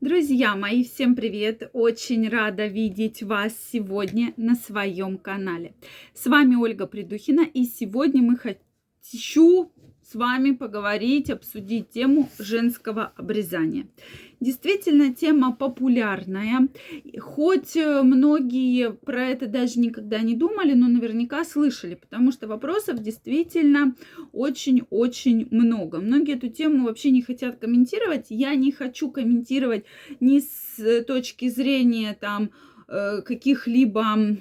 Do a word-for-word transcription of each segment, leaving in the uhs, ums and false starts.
Друзья мои, всем привет! Очень рада видеть вас сегодня на своем канале. С вами Ольга Придухина, и сегодня мы хочу с вами поговорить, обсудить тему женского обрезания. Действительно, тема популярная, хоть многие про это даже никогда не думали, но наверняка слышали, потому что вопросов действительно очень-очень много. Многие эту тему вообще не хотят комментировать. Я не хочу комментировать ни с точки зрения там каких-либо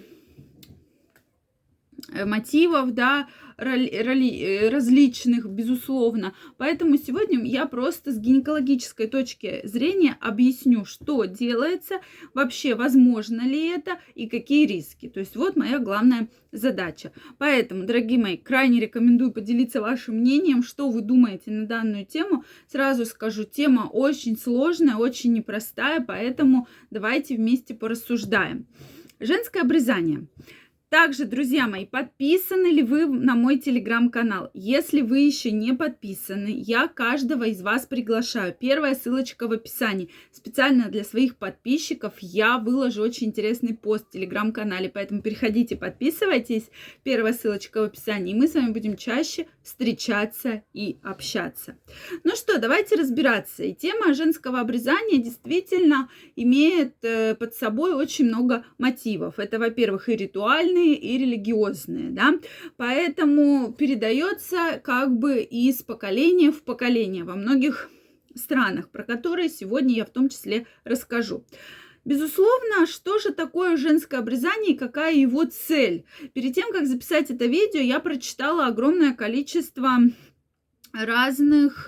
мотивов, да, роли, роли, различных, безусловно. Поэтому сегодня я просто с гинекологической точки зрения объясню, что делается, вообще возможно ли это и какие риски. То есть вот моя главная задача. Поэтому, дорогие мои, крайне рекомендую поделиться вашим мнением, что вы думаете на данную тему. Сразу скажу, тема очень сложная, очень непростая, поэтому давайте вместе порассуждаем. Женское обрезание. Также, друзья мои, подписаны ли вы на мой телеграм-канал? Если вы еще не подписаны, я каждого из вас приглашаю. Первая ссылочка в описании. Специально для своих подписчиков я выложу очень интересный пост в телеграм-канале, поэтому переходите, подписывайтесь. Первая ссылочка в описании. И мы с вами будем чаще встречаться и общаться. Ну что, давайте разбираться. И тема женского обрезания действительно имеет под собой очень много мотивов. Это, во-первых, и ритуальные, и религиозные, да, поэтому передается как бы из поколения в поколение во многих странах, про которые сегодня я в том числе расскажу. Безусловно, что же такое женское обрезание и какая его цель? Перед тем, как записать это видео, я прочитала огромное количество разных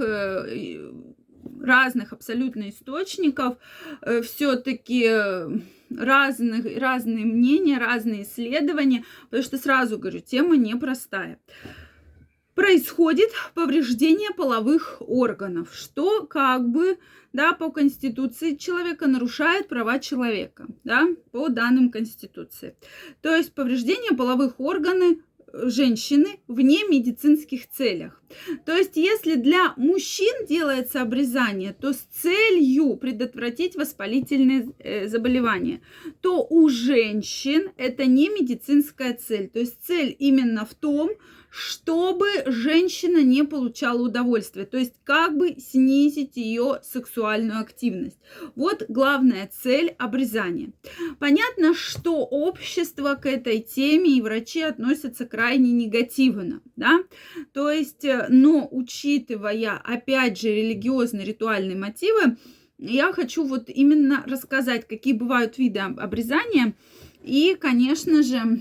разных абсолютно источников, все-таки разных, разные мнения, разные исследования, потому что сразу говорю, тема непростая. Происходит повреждение половых органов, что как бы, да, по Конституции человека нарушает права человека, да, по данным Конституции. То есть повреждение половых органов женщины в немедицинских целях. То есть, если для мужчин делается обрезание, то с целью предотвратить воспалительные заболевания, то у женщин это не медицинская цель. То есть, цель именно в том, чтобы женщина не получала удовольствия, то есть как бы снизить ее сексуальную активность. Вот главная цель обрезания. Понятно, что общество к этой теме и врачи относятся крайне негативно, да, то есть, но учитывая, опять же, религиозные ритуальные мотивы, я хочу вот именно рассказать, какие бывают виды обрезания и, конечно же,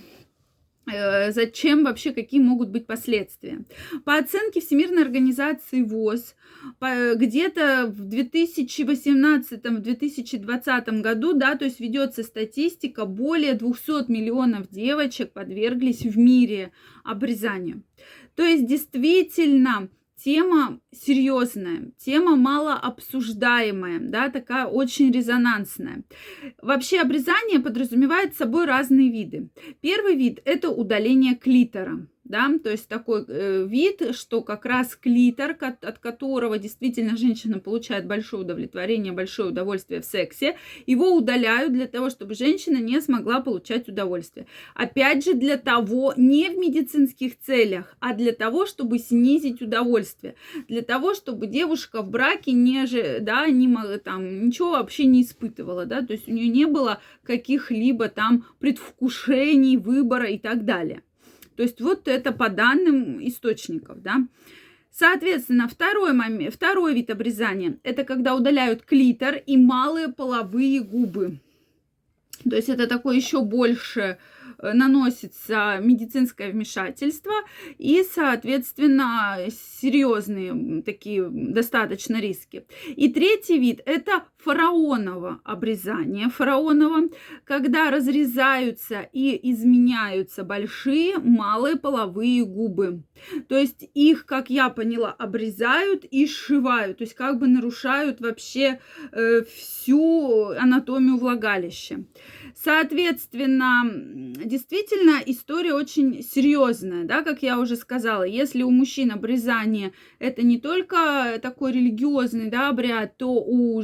зачем вообще, какие могут быть последствия. По оценке Всемирной организации ВОЗ, где-то в две тысячи восемнадцатом - две тысячи двадцатом году, да, то есть ведется статистика, более двухсот миллионов девочек подверглись в мире обрезанию. То есть действительно тема серьезная, тема мало обсуждаемая, да, такая очень резонансная. Вообще обрезание подразумевает собой разные виды. Первый вид – это удаление клитора. Да, то есть такой э, вид, что как раз клитор, от которого действительно женщина получает большое удовлетворение, большое удовольствие в сексе, его удаляют для того, чтобы женщина не смогла получать удовольствие. Опять же, для того, не в медицинских целях, а для того, чтобы снизить удовольствие. Для того, чтобы девушка в браке не, да, не, там, ничего вообще не испытывала. Да, то есть у нее не было каких-либо там предвкушений, выбора и так далее. То есть вот это по данным источников, да. Соответственно, второй момент, второй вид обрезания – это когда удаляют клитор и малые половые губы. То есть это такое еще больше наносится медицинское вмешательство и, соответственно, серьезные такие достаточно риски. И третий вид – это фараоново обрезание. Фараоново, когда разрезаются и изменяются большие, малые половые губы. То есть их, как я поняла, обрезают и сшивают. То есть как бы нарушают вообще э, всю анатомию влагалища. Соответственно, действительно, история очень серьезная, да, как я уже сказала. Если у мужчин обрезание это не только такой религиозный, да, обряд, то у женщин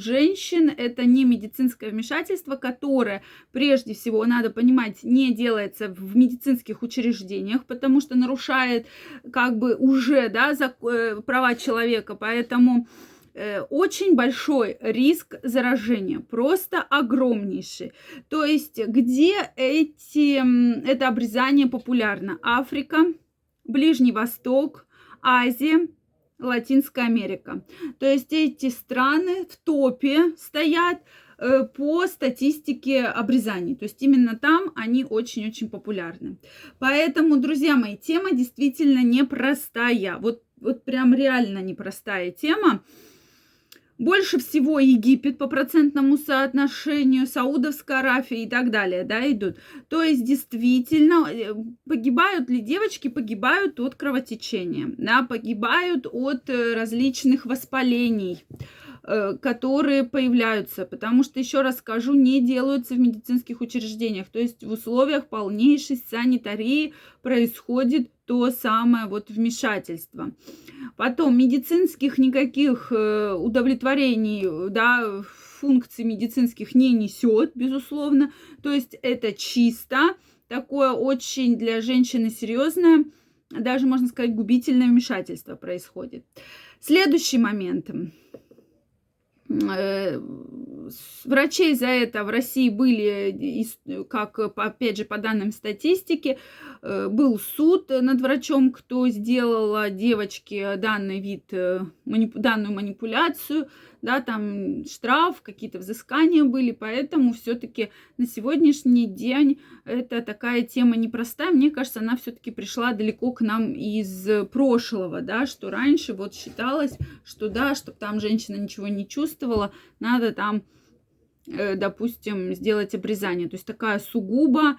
женщин. Это не медицинское вмешательство, которое, прежде всего, надо понимать, не делается в медицинских учреждениях, потому что нарушает как бы уже, да, права человека. Поэтому очень большой риск заражения, просто огромнейший. То есть, где эти, это обрезание популярно? Африка, Ближний Восток, Азия, Латинская Америка. То есть эти страны в топе стоят по статистике обрезаний. То есть именно там они очень-очень популярны. Поэтому, друзья мои, тема действительно непростая. Вот, вот прям реально непростая тема. Больше всего Египет по процентному соотношению, Саудовская Аравия и так далее, да, идут. То есть действительно погибают ли девочки? Погибают от кровотечения, да, погибают от различных воспалений, которые появляются, потому что, еще раз скажу, не делаются в медицинских учреждениях. То есть в условиях полнейшей санитарии происходит то самое вот вмешательство. Потом медицинских никаких удовлетворений, да, функций медицинских не несет, безусловно. То есть это чисто такое очень для женщины серьезное, даже можно сказать, губительное вмешательство происходит. Следующий момент. Врачей за это в России были, как, опять же, по данным статистики, был суд над врачом, кто сделал девочке данный вид, данную манипуляцию, да, там штраф, какие-то взыскания были, поэтому все-таки на сегодняшний день это такая тема непростая. Мне кажется, она все-таки пришла далеко к нам из прошлого, да, что раньше вот считалось, что да, чтобы там женщина ничего не чувствовала, надо там, допустим, сделать обрезание. То есть такая сугубо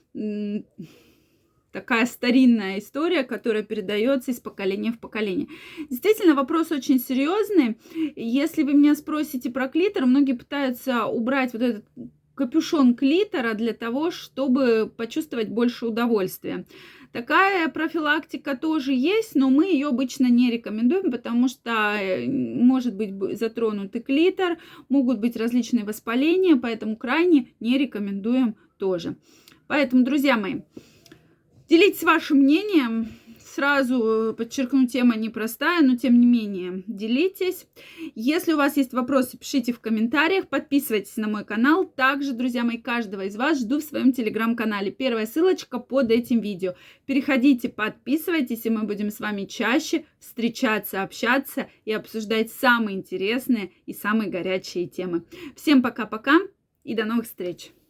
такая старинная история, которая передается из поколения в поколение. Действительно, вопрос очень серьезный. Если вы меня спросите про клитор, многие пытаются убрать вот этот капюшон клитора для того, чтобы почувствовать больше удовольствия. Такая профилактика тоже есть, но мы ее обычно не рекомендуем, потому что может быть затронут и клитор, могут быть различные воспаления, поэтому крайне не рекомендуем тоже. Поэтому, друзья мои, делитесь вашим мнением. Сразу подчеркну, тема непростая, но тем не менее делитесь. Если у вас есть вопросы, пишите в комментариях, подписывайтесь на мой канал. Также, друзья мои, каждого из вас жду в своем телеграм-канале. Первая ссылочка под этим видео. Переходите, подписывайтесь, и мы будем с вами чаще встречаться, общаться и обсуждать самые интересные и самые горячие темы. Всем пока-пока и до новых встреч!